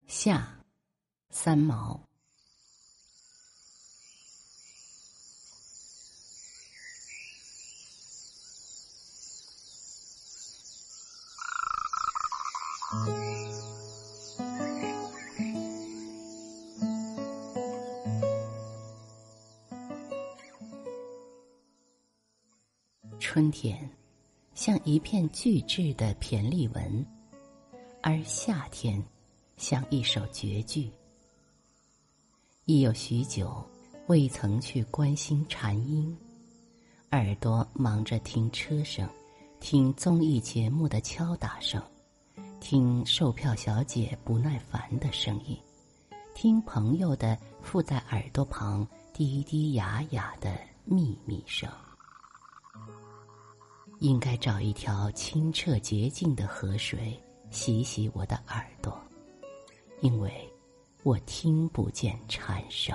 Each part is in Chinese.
夏，三毛。春天像一片巨制的骈俪文，而夏天像一首绝句。已有许久未曾去关心蝉音，耳朵忙着听车声，听综艺节目的敲打声，听售票小姐不耐烦的声音，听朋友的附在耳朵旁低低哑哑的秘密声。应该找一条清澈洁净的河水洗洗我的耳朵，因为我听不见蝉声。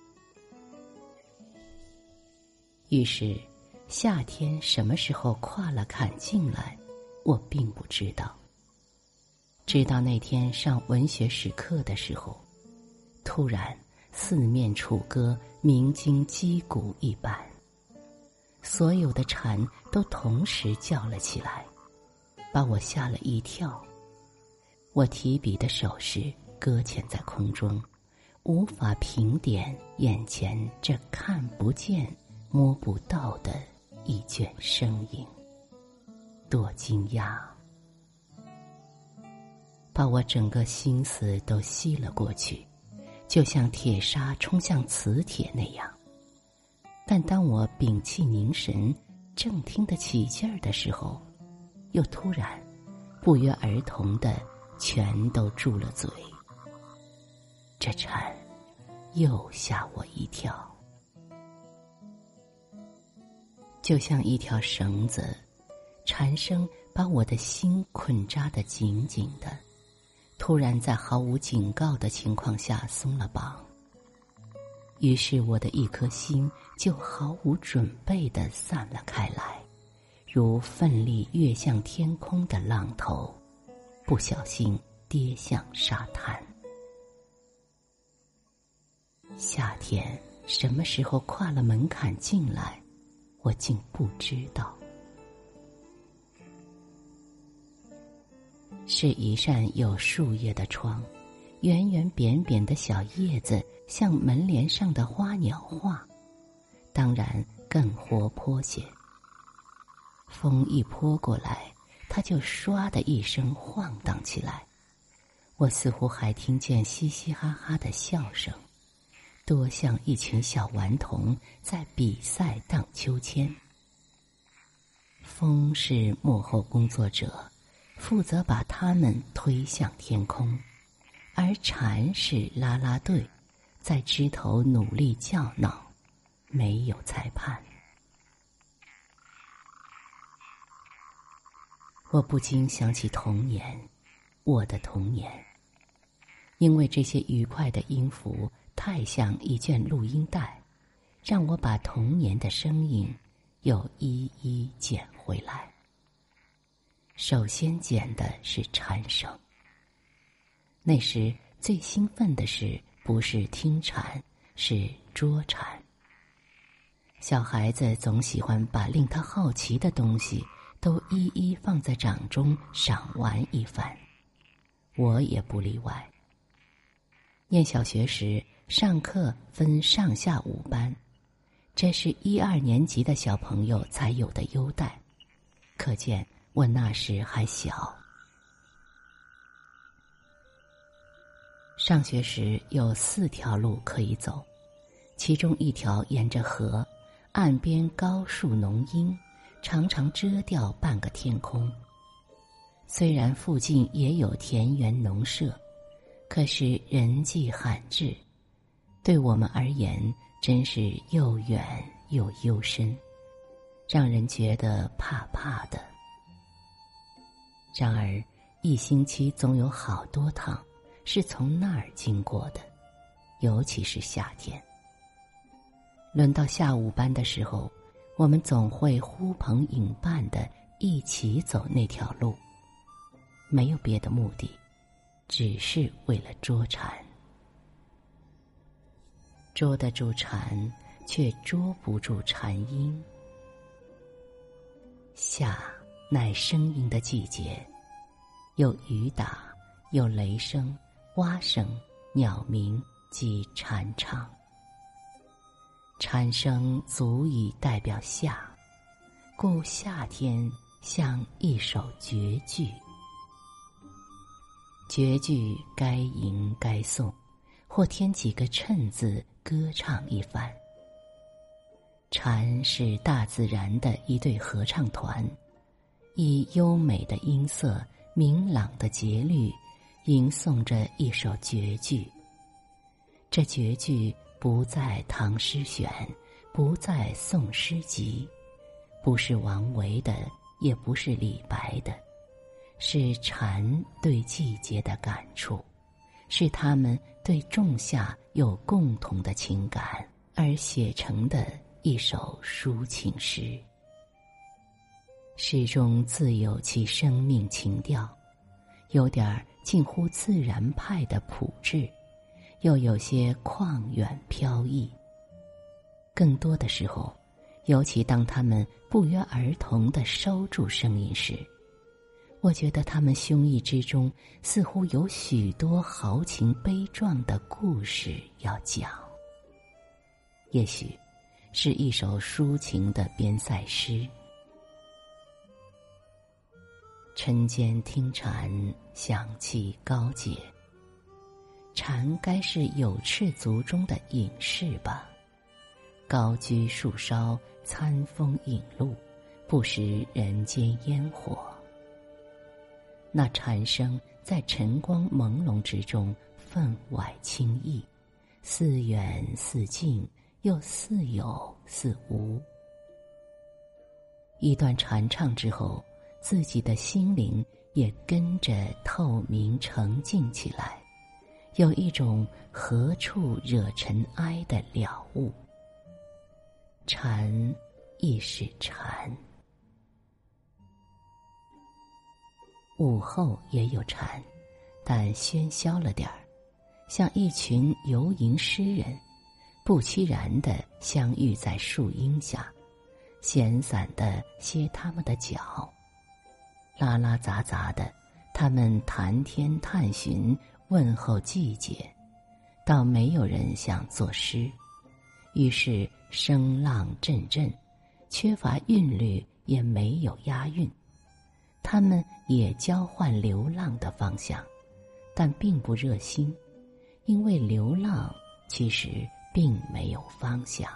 于是夏天什么时候跨了坎进来，我并不知道。直到那天上文学史课的时候，突然四面楚歌，鸣金击鼓一般，所有的蝉都同时叫了起来，把我吓了一跳。我提笔的手势搁浅在空中，无法评点眼前这看不见摸不到的一卷声音，多惊讶，把我整个心思都吸了过去，就像铁砂冲向磁铁那样。但当我屏气凝神，正听得起劲儿的时候，又突然不约而同的全都住了嘴。这蝉又吓我一跳，就像一条绳子，蝉声把我的心捆扎得紧紧的，突然在毫无警告的情况下松了绑。于是我的一颗心就毫无准备地散了开来，如奋力跃向天空的浪头，不小心跌向沙滩。夏天什么时候跨了门槛进来，我竟不知道。是一扇有树叶的窗，圆圆扁扁的小叶子像门帘上的花鸟画，当然更活泼些。风一泼过来，它就唰的一声晃荡起来，我似乎还听见嘻嘻哈哈的笑声，多像一群小顽童在比赛荡秋千。风是幕后工作者，负责把它们推向天空，而蝉是啦啦队，在枝头努力叫闹，没有裁判。我不禁想起童年，我的童年，因为这些愉快的音符太像一卷录音带，让我把童年的声音又一一捡回来。首先捡的是蝉声。那时最兴奋的事不是听蝉，是捉蝉。小孩子总喜欢把令他好奇的东西都一一放在掌中赏玩一番，我也不例外。念小学时，上课分上下午班，这是1、2年级的小朋友才有的优待，可见我那时还小。上学时有4条路可以走，其中一条沿着河，岸边高树浓荫，常常遮掉半个天空。虽然附近也有田园农舍，可是人迹罕至，对我们而言真是又远又幽深，让人觉得怕怕的。然而1星期总有好多趟是从那儿经过的，尤其是夏天。轮到下午班的时候，我们总会呼朋引伴的一起走那条路，没有别的目的， 只是为了捉蝉。捉得住蝉，却捉不住蝉音。夏乃声音的季节，有雨打，有雷声、蛙声、鸟鸣及蝉唱。蝉声足以代表夏，故夏天像一首绝句。绝句该吟该诵，或添几个衬字，歌唱一番。蝉是大自然的一对合唱团，以优美的音色、明朗的节律，吟诵着一首绝句。这绝句不在《唐诗选》，不在《宋诗集》，不是王维的，也不是李白的，是蝉对季节的感触，是他们对仲夏有共同的情感而写成的一首抒情诗。诗中自有其生命情调，有点近乎自然派的朴质，又有些旷远飘逸。更多的时候，尤其当他们不约而同地收住声音时，我觉得他们胸臆之中似乎有许多豪情悲壮的故事要讲。也许是一首抒情的边塞诗。晨间听蝉，响气高洁。蝉该是有翅族中的隐士吧，高居树梢，餐风饮露，不食人间烟火。那蝉声在晨光朦胧之中分外清逸，似远似近，又似有似无。一段蝉唱之后，自己的心灵也跟着透明澄净起来，有一种何处惹尘埃的了悟。蝉亦是蝉。午后也有蝉，但喧嚣了点儿，像一群游吟诗人，不期然地相遇在树荫下，闲散地歇他们的脚，拉拉杂杂的，他们谈天探寻，问候季节，倒没有人想作诗，于是声浪阵阵，缺乏韵律，也没有押韵。他们也交换流浪的方向，但并不热心，因为流浪其实并没有方向。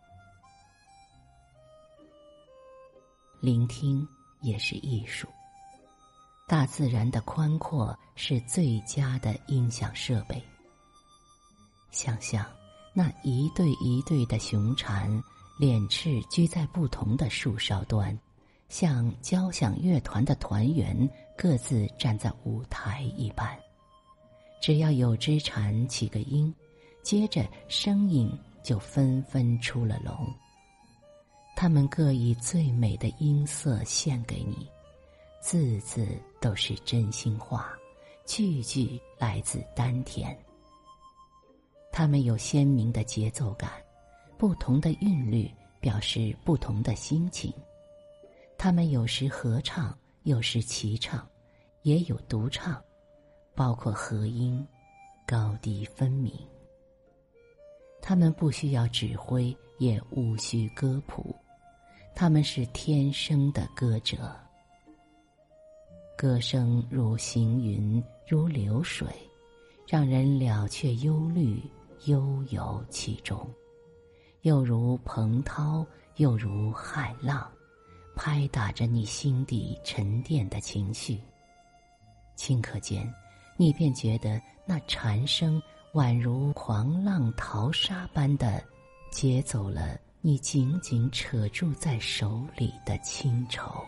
聆听也是艺术，大自然的宽阔是最佳的音响设备。想象那一对一对的雄蝉，脸翅居在不同的树梢端，像交响乐团的团员各自站在舞台一般。只要有只蝉起个音，接着声音就纷纷出了笼。他们各以最美的音色献给你，字字都是真心话，句句来自丹田。他们有鲜明的节奏感，不同的韵律表示不同的心情。他们有时合唱，有时齐唱，也有独唱，包括和音，高低分明。他们不需要指挥，也无需歌谱，他们是天生的歌者。歌声如行云，如流水，让人了却忧虑，悠游其中，又如蓬涛，又如骇浪，拍打着你心底沉淀的情绪。顷刻间，你便觉得那蝉声宛如狂浪淘沙般的劫走了你紧紧扯住在手里的清愁。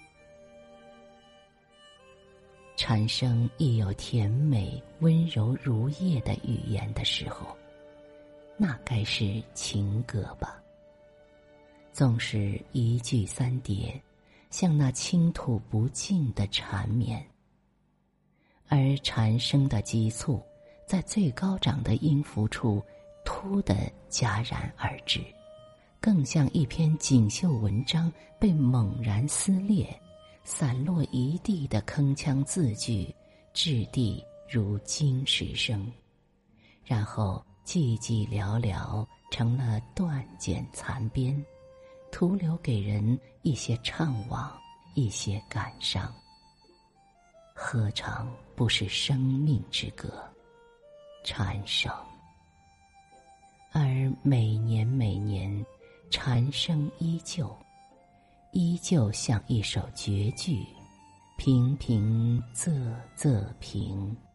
蝉声亦有甜美温柔如叶的语言的时候，那该是情歌吧。纵是一句三叠，像那倾吐不尽的缠绵。 而蝉声的急促，在最高涨的音符处突地戛然而止，更像一篇锦绣文章被猛然撕裂，散落一地的铿锵字句，掷地如金石声，然后寂寂寥寥成了断简残编，徒留给人一些怅惘，一些感伤。何尝不是生命之歌，蝉声？而每年每年，蝉声依旧，依旧像一首绝句，平平仄仄平。